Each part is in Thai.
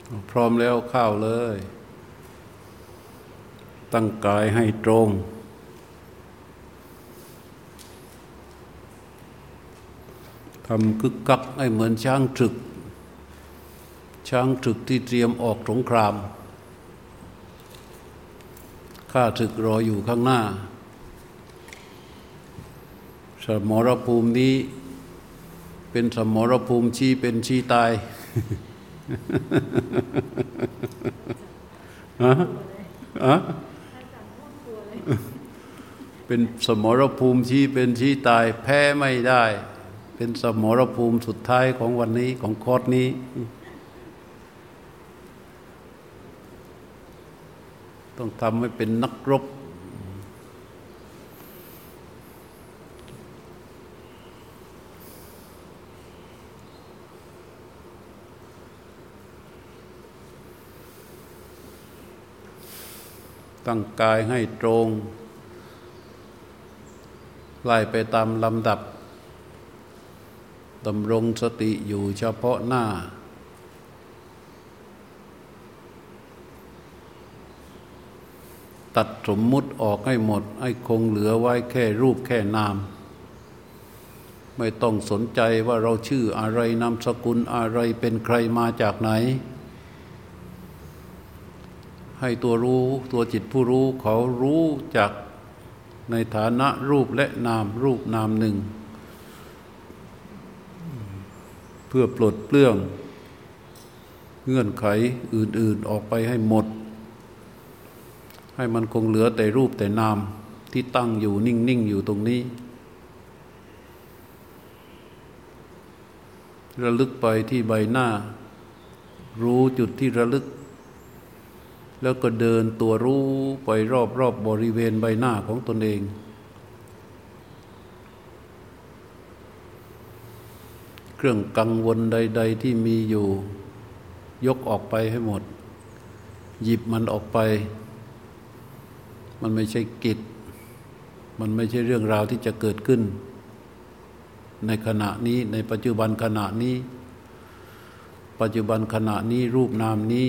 พร้อมแล้วเข้าเลยตั้งกายให้ตรงทำคึกกักให้เหมือนช้างศึกที่เตรียมออกสงครามข้าศึกรออยู่ข้างหน้าสมรภูมินี้เป็นสมรภูมิชี้เป็นชี้ตายเป็นสมรภูมิชี้เป็นชี้ตายแพ้ไม่ได้เป็นสมรภูมิสุดท้ายของวันนี้ของคอร์สนี้ต้องทำให้เป็นนักรบตั้งกายให้ตรงไล่ไปตามลำดับดำรงสติอยู่เฉพาะหน้าตัดสมมุติออกให้หมดให้คงเหลือไว้แค่รูปแค่นามไม่ต้องสนใจว่าเราชื่ออะไรนามสกุลอะไรเป็นใครมาจากไหนให้ตัวรู้ตัวจิตผู้รู้เขารู้จักในฐานะรูปและนามรูปนามหนึ่งเพื่อปลดเปลื้องเงื่อนไขอื่นๆออกไปให้หมดให้มันคงเหลือแต่รูปแต่นามที่ตั้งอยู่นิ่งๆอยู่ตรงนี้ระลึกไปที่ใบหน้ารู้จุดที่ระลึกแล้วก็เดินตัวรู้ไปรอบๆบริเวณใบหน้าของตนเองเครื่องกังวลใดๆที่มีอยู่ยกออกไปให้หมดหยิบมันออกไปมันไม่ใช่กิจมันไม่ใช่เรื่องราวที่จะเกิดขึ้นในขณะนี้ในปัจจุบันขณะนี้รูปนามนี้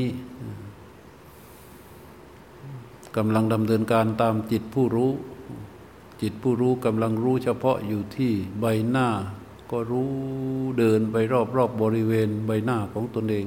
กำลังดำเนินการตามจิตผู้รู้กำลังรู้เฉพาะอยู่ที่ใบหน้าก็รู้เดินไปรอบๆบริเวณใบหน้าของตนเอง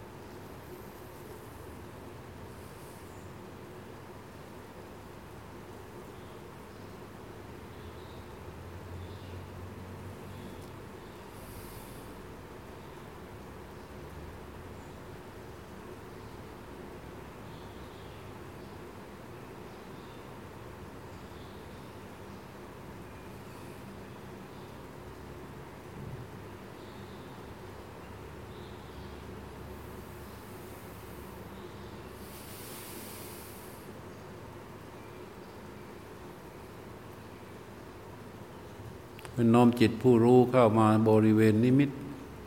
น้อมจิตผู้รู้เข้ามาบริเวณนิมิต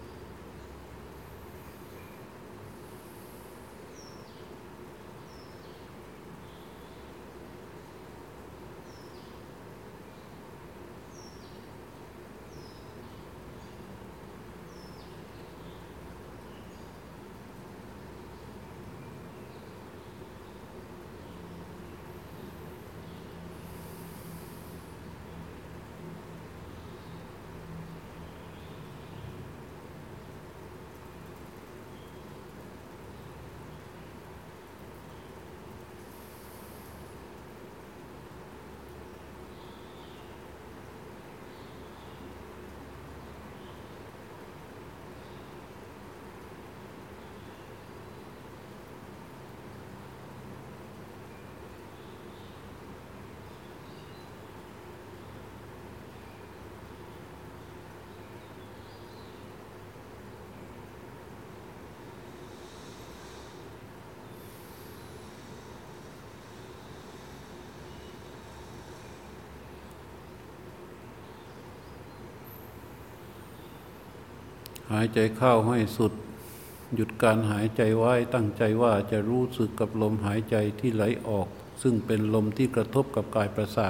หายใจเข้าให้สุดหยุดการหายใจไว้ตั้งใจว่าจะรู้สึกกับลมหายใจที่ไหลออกซึ่งเป็นลมที่กระทบกับกายประสาท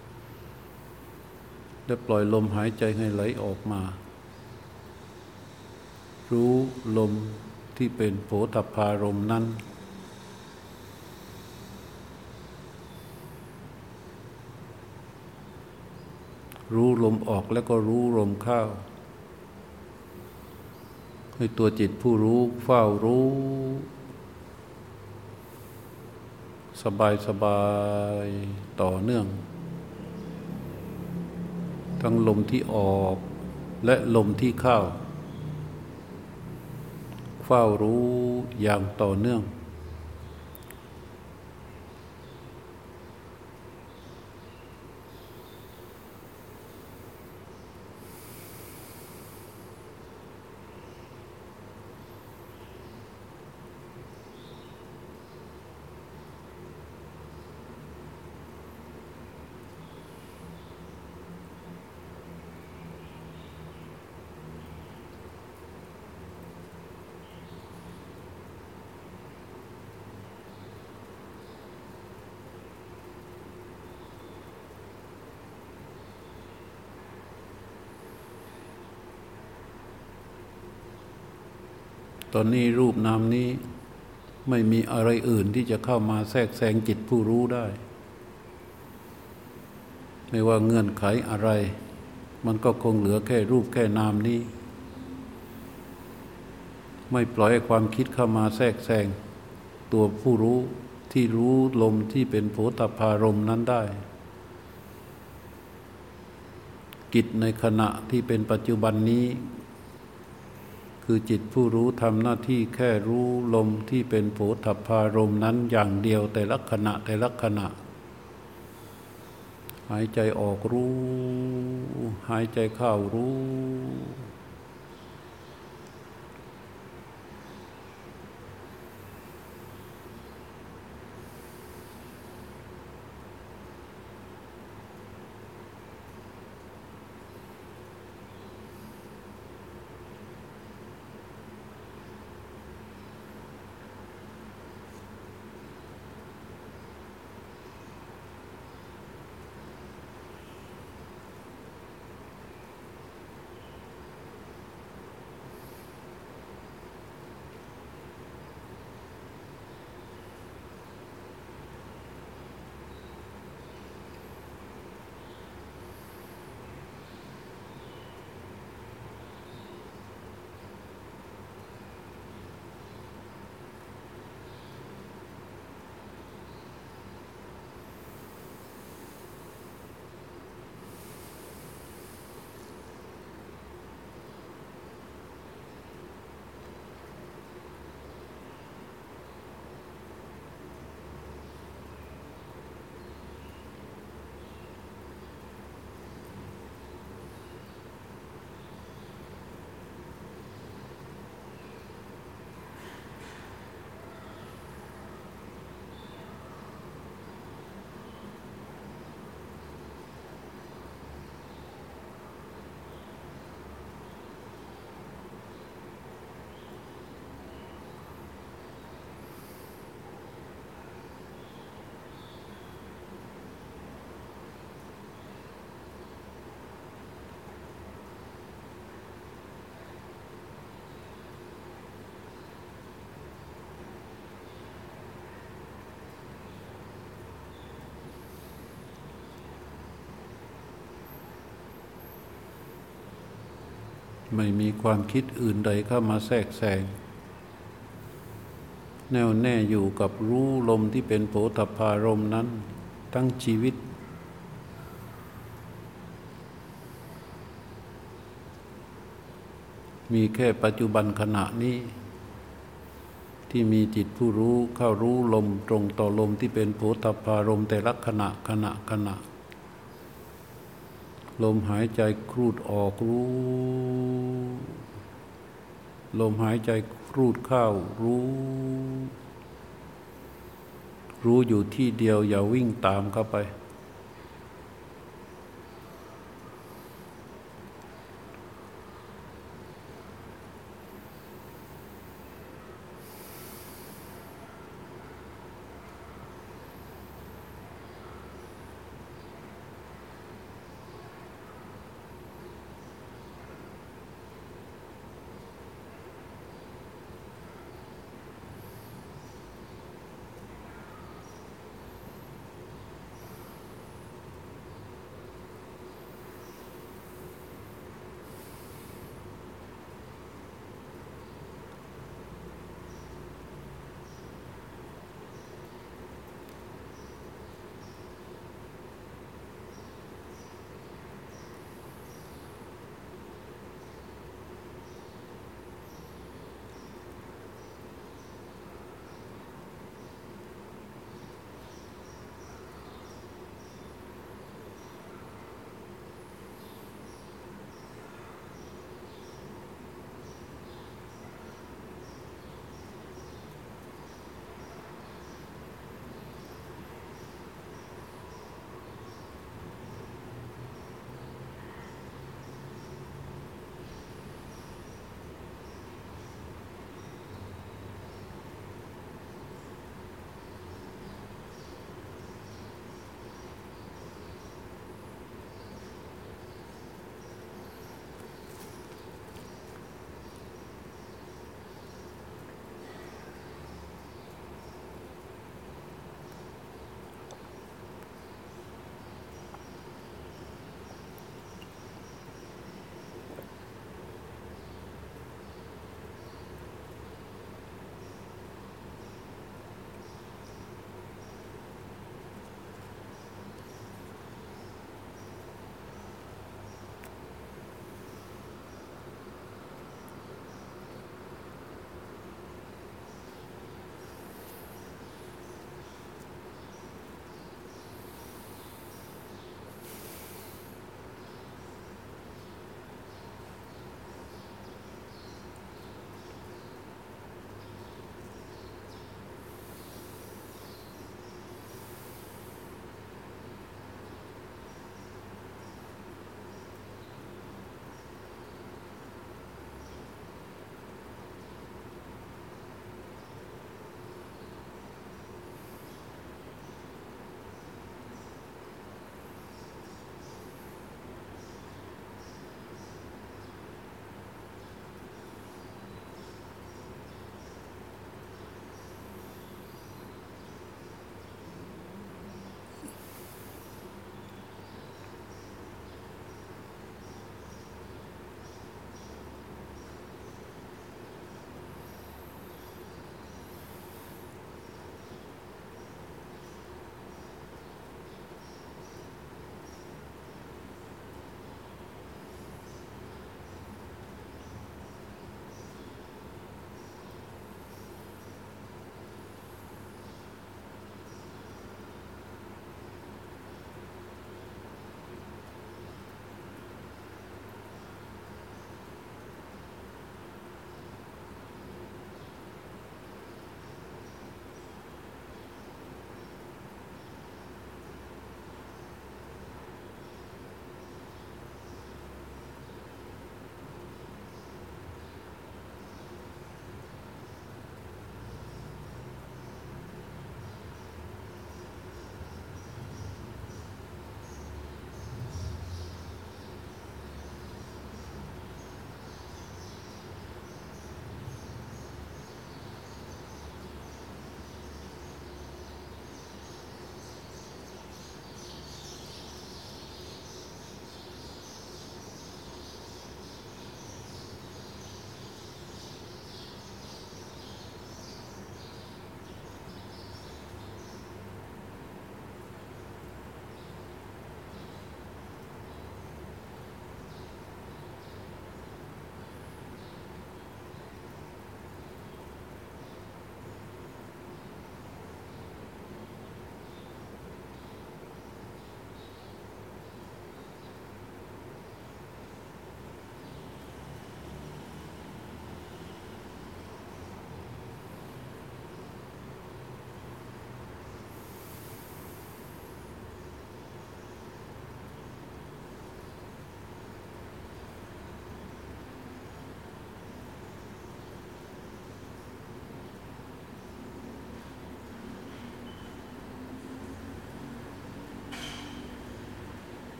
และปล่อยลมหายใจให้ไหลออกมารู้ลมที่เป็นโผฏฐัพพารมณ์นั้นรู้ลมออกแล้วก็รู้ลมเข้าให้ตัวจิตผู้รู้เฝ้ารู้สบายต่อเนื่องทั้งลมที่ออกและลมที่เข้าเฝ้ารู้อย่างต่อเนื่องตอนนี้รูปนามนี้ไม่มีอะไรอื่นที่จะเข้ามาแทรกแซงจิตผู้รู้ได้ไม่ว่าเงื่อนไขอะไรมันก็คงเหลือแค่รูปแค่นามนี้ไม่ปล่อยให้ความคิดเข้ามาแทรกแซงตัวผู้รู้ที่รู้ลมที่เป็นโผฏฐัพพารมณ์นั้นได้กิจในขณะที่เป็นปัจจุบันนี้คือจิตผู้รู้ทำหน้าที่แค่รู้ลมที่เป็นโผฏฐัพพารมณ์นั้นอย่างเดียวแต่ละขณะแต่ละขณะหายใจออกรู้หายใจเข้ารู้ไม่มีความคิดอื่นใดเข้ามาแทรกแซงแน่วแน่อยู่กับรู้ลมที่เป็นโผฏฐัพพารมณ์นั้นทั้งชีวิตมีแค่ปัจจุบันขณะนี้ที่มีจิตผู้รู้เข้ารู้ลมตรงต่อลมที่เป็นโผฏฐัพพารมณ์แต่ละขณะลมหายใจครูดออกรู้ลมหายใจครูดเข้ารู้อยู่ที่เดียวอย่าวิ่งตามเข้าไป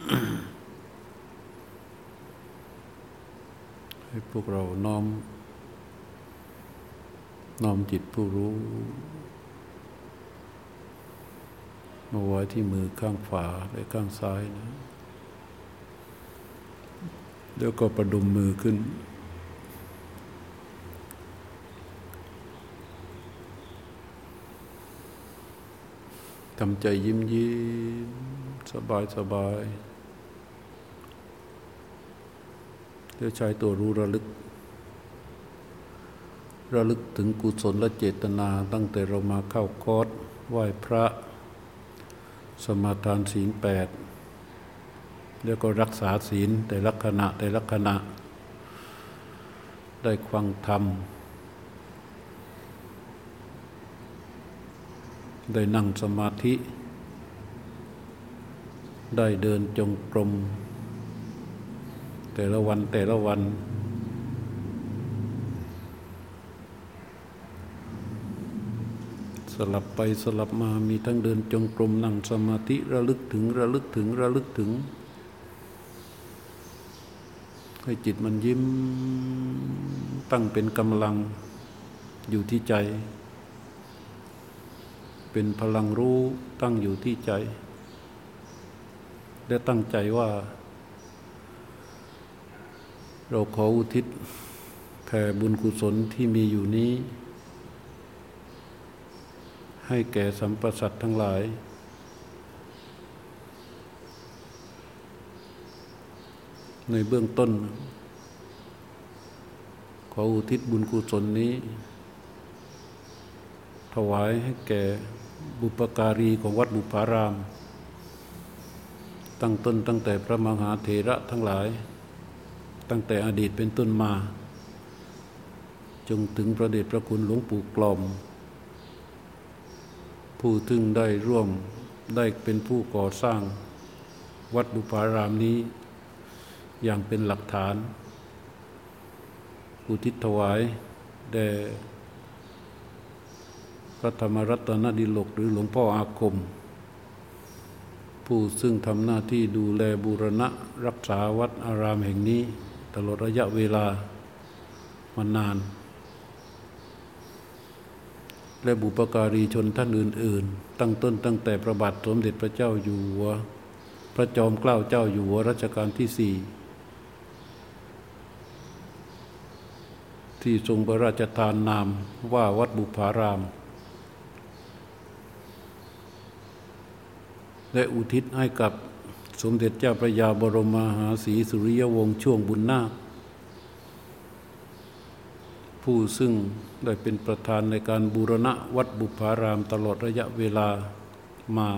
ให้พวกเราน้อมจิตผู้รู้มาไว้ที่มือข้างขวาและข้างซ้ายนะแล้วก็ประดุมมือขึ้นทำใจยิ้มสบายแล้วใช้ตัวรู้ระลึกถึงกุศลและเจตนาตั้งแต่เรามาเข้าคอร์สไหว้พระสมาทานศีล8แล้วก็รักษาศีลแต่ละขณะได้ฟังธรรมได้นั่งสมาธิได้เดินจงกรมแต่ละวันสลับไปสลับมามีทั้งเดินจงกรมนั่งสมาธิระลึกถึงให้จิตมันยิ้มตั้งเป็นกำลังอยู่ที่ใจเป็นพลังรู้ตั้งอยู่ที่ใจและตั้งใจว่าเราขออุทิศแผ่บุญกุศลที่มีอยู่นี้ให้แก่สรรพสัตว์ทั้งหลายในเบื้องต้นขออุทิศบุญกุศลนี้ถวายให้แก่บุพการีของวัดบุพารามตั้งแต่พระมหาเถระทั้งหลายตั้งแต่อดีตเป็นต้นมาจงถึงพระเดชพระคุณหลวงปู่กลอมผู้ซึ่งได้ร่วมได้เป็นผู้ก่อสร้างวัดบุพารามนี้อย่างเป็นหลักฐานอุทิศถวายแด่พระธรรมรัตนดิลกหรือหลวงพ่ออาคมผู้ซึ่งทำหน้าที่ดูแลบูรณะรักษาวัดอารามแห่งนี้ตลอดระยะเวลามานานและบุพการีชนท่านอื่นๆตั้งแต่พระบาทสมเด็จพระเจ้าอยู่หัวพระจอมเกล้าเจ้าอยู่หัวรัชกาลที่4ที่ทรงพระราชทานนามว่าวัดบุพารามและอุทิศให้กับสมเด็จเจ้าพระยาบรมมหาศรีสุริยวงศ์ช่วงบุญนาคผู้ซึ่งได้เป็นประธานในการบูรณะวัดบุพารามตลอดระยะเวลามา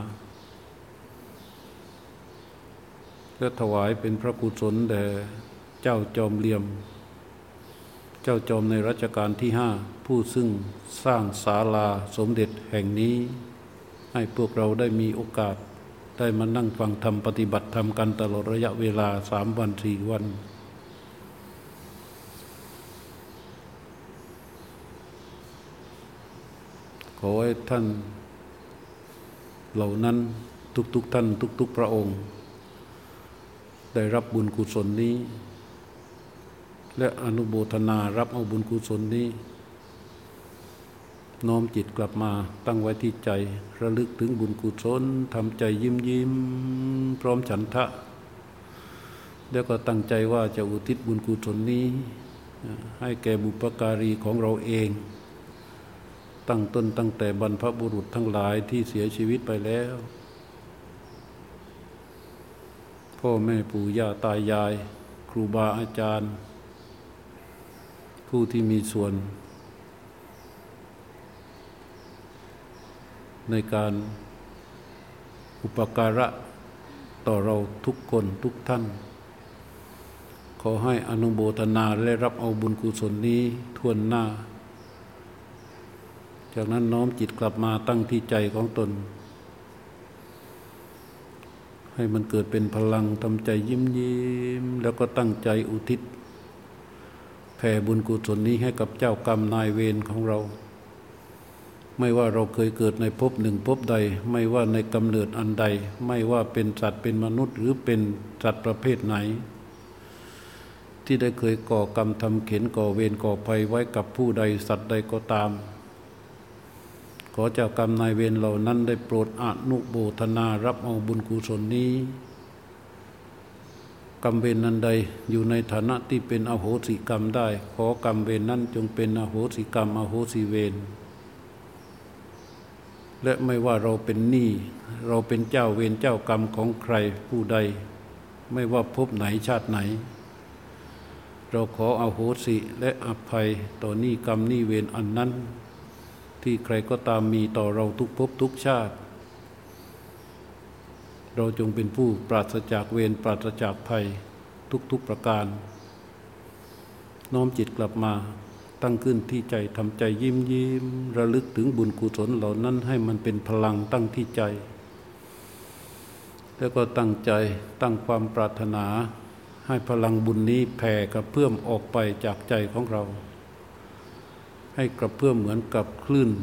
และถวายเป็นพระกุศลแด่เจ้าจอมเหลี่ยมเจ้าจอมในรัชกาลที่5ผู้ซึ่งสร้างศาลาสมเด็จแห่งนี้ให้พวกเราได้มีโอกาสได้มานั่งฟังธรรมปฏิบัติธรรมกันตลอดระยะเวลา3 วัน 4 วันขอให้ท่านเหล่านั้นทุกท่านทุกพระองค์ได้รับบุญกุศลนี้และอนุโมทนารับเอาบุญกุศลนี้น้อมจิตกลับมาตั้งไว้ที่ใจระลึกถึงบุญกุศลทำใจยิ้มพร้อมฉันทะแล้วก็ตั้งใจว่าจะอุทิศบุญกุศลนี้ให้แก่บุพการีของเราเองตั้งแต่บรรพบุรุษทั้งหลายที่เสียชีวิตไปแล้วพ่อแม่ปู่ย่าตายายครูบาอาจารย์ผู้ที่มีส่วนในการอุปการะต่อเราทุกคนทุกท่านขอให้อนุโมทนาและรับเอาบุญกุศลนี้ทั่วหน้าจากนั้นน้อมจิตกลับมาตั้งที่ใจของตนให้มันเกิดเป็นพลังทำใจยิ้มแล้วก็ตั้งใจอุทิศแผ่บุญกุศลนี้ให้กับเจ้ากรรมนายเวรของเราไม่ว่าเราเคยเกิดในภพหนึ่งภพใดไม่ว่าในกำเนิดอันใดไม่ว่าเป็นสัตว์เป็นมนุษย์หรือเป็นสัตว์ประเภทไหนที่ได้เคยก่อกรรมทำเข็ญก่อเวรก่อภัยไว้กับผู้ใดสัตว์ใดก็ตามขอเจ้ากรรมนายเวรเหล่านั้นได้โปรดอนุโมทนารับเอาบุญกุศลนี้กรรมเวรนั้นใดอยู่ในฐานะที่เป็นอโหสิกรรมได้ขอกรรมเวรนั้นจงเป็นอโหสิกรรมอโหสิเวรและไม่ว่าเราเป็นหนี้เราเป็นเจ้าเวรเจ้ากรรมของใครผู้ใดไม่ว่าภพไหนชาติไหนเราขออโหสิและอภัยต่อหนี้กรรมหนี้เวรอันนั้นที่ใครก็ตามมีต่อเราทุกภพทุกชาติเราจงเป็นผู้ปราศจากเวรปราศจากภัยทุกประการน้อมจิตกลับมาตั้งขึ้นที่ใจทำใจยิ้มระลึกถึงบุญกุศลเหล่านั้นให้มันเป็นพลังตั้งที่ใจแล้วก็ตั้งใจตั้งความปรารถนาให้พลังบุญนี้แผ่กระเพื่อมออกไปจากใจของเราให้กระเพื่อมเหมือนกับคลื่น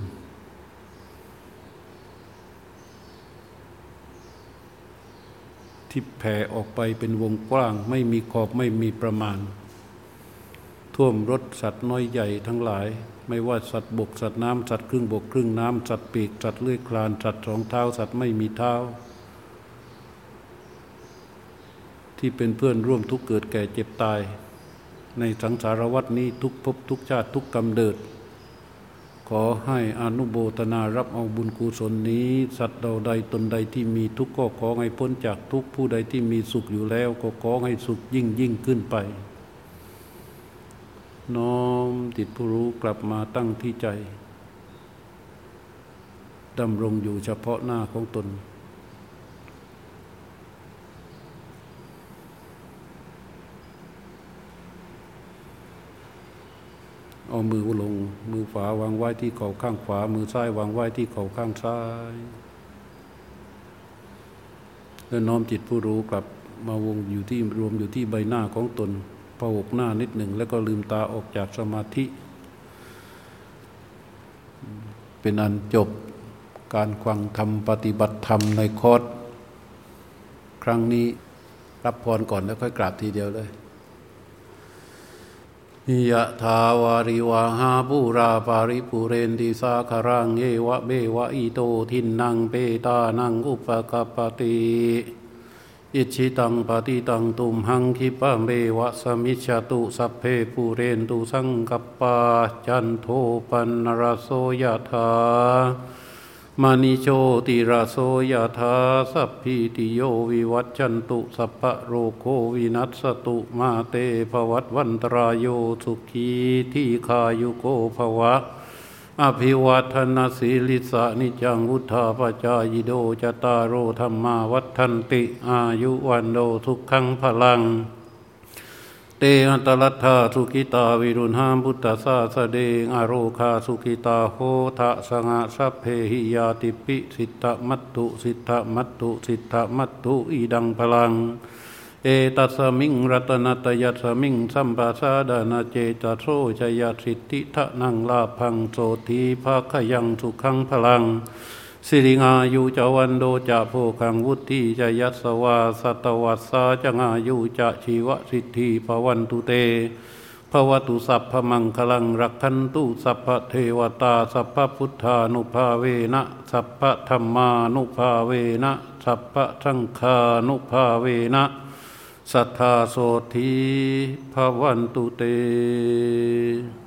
ที่แผ่ออกไปเป็นวงกว้างไม่มีขอบไม่มีประมาณท่วมรถสัตว์น้อยใหญ่ทั้งหลายไม่ว่าสัตว์บกสัตว์น้ำสัตว์ครึ่งบกครึ่งน้ำสัตว์ปีกสัตว์เลื้อยคลานสัตว์สองเท้าสัตว์ไม่มีเท้าที่เป็นเพื่อนร่วมทุกข์เกิดแก่เจ็บตายในสังสารวัฏนี้ทุกภพทุกชาติทุกกำเนิดขอให้อนุโมทนารับเอาบุญกุศลนี้สัตว์ใดตนใดที่มีทุกข์ก็ขอให้พ้นจากทุกข์ผู้ใดที่มีสุขอยู่แล้วก็ขอให้สุขยิ่งขึ้นไปน้อมจิตผู้รู้กลับมาตั้งที่ใจดำรงอยู่เฉพาะหน้าของตนเอามือลงมือขวาวางไว้ที่เข่าข้างขวามือซ้ายวางไว้ที่เข่าข้างซ้ายแล้วน้อมจิตผู้รู้กลับมารวมอยู่ที่ใบหน้าของตนพะวกหน้านิดหนึ่งแล้วก็ลืมตาออกจากสมาธิเป็นอันจบการฟังธรรมปฏิบัติธรรมในคอร์สครั้งนี้รับพรก่อนแล้วค่อยกราบทีเดียวเลยยะถาวาริวหาปุราปาริปุเรนติสาคารังเยวะเบวะอิโตทินังเปตานังอุปกัปปติอิชิตังปฏิตังตุมหังคิปะเมวะสมิจฉตุสัพเพปุเรนตุสังกัปปาจันโทปนรโสยะถามณิโชติระโสยถาสัพพิติโยวิวัชชันตุสัพพะโรโควินัสสตุมาเตภวัตวันตรายโยสุขีทีฆายุโกภวะอภิวัฒนสีลิสานิจังวุธาปจายโดจตารโอธรรมาวัฏันติอายุวันโดทุกขังพลังเตอันตรัตถาสุขิตาวิรุณหามพุทธสาสเดงอโรคาสุขิตาโหทะสงะสัพเพหิยาติปิสิทธมัตตุสิทธมัตตุสิทธมัตตุอีดังพลังเอตัสมิงรัตนัตยัสมิงสัมปาสาดานาเจตโสชยสิทธิทะนังลาภังโสทีภาคยังสุขังพลังสิริงายุจวันโดจะโภคังวุฒิจะยัสสวาสัตวัสสาจังอายุจะชีวสิทธิภวันตุเตภวตุสัพพมังคลังรักขันตุสัพพเทวตาสัพพพุทธานุภาเวนะสัพพธัมมานุภาเวนะสัพพสังฆานุภาเวนะสัทธาโสธีภวันตุเต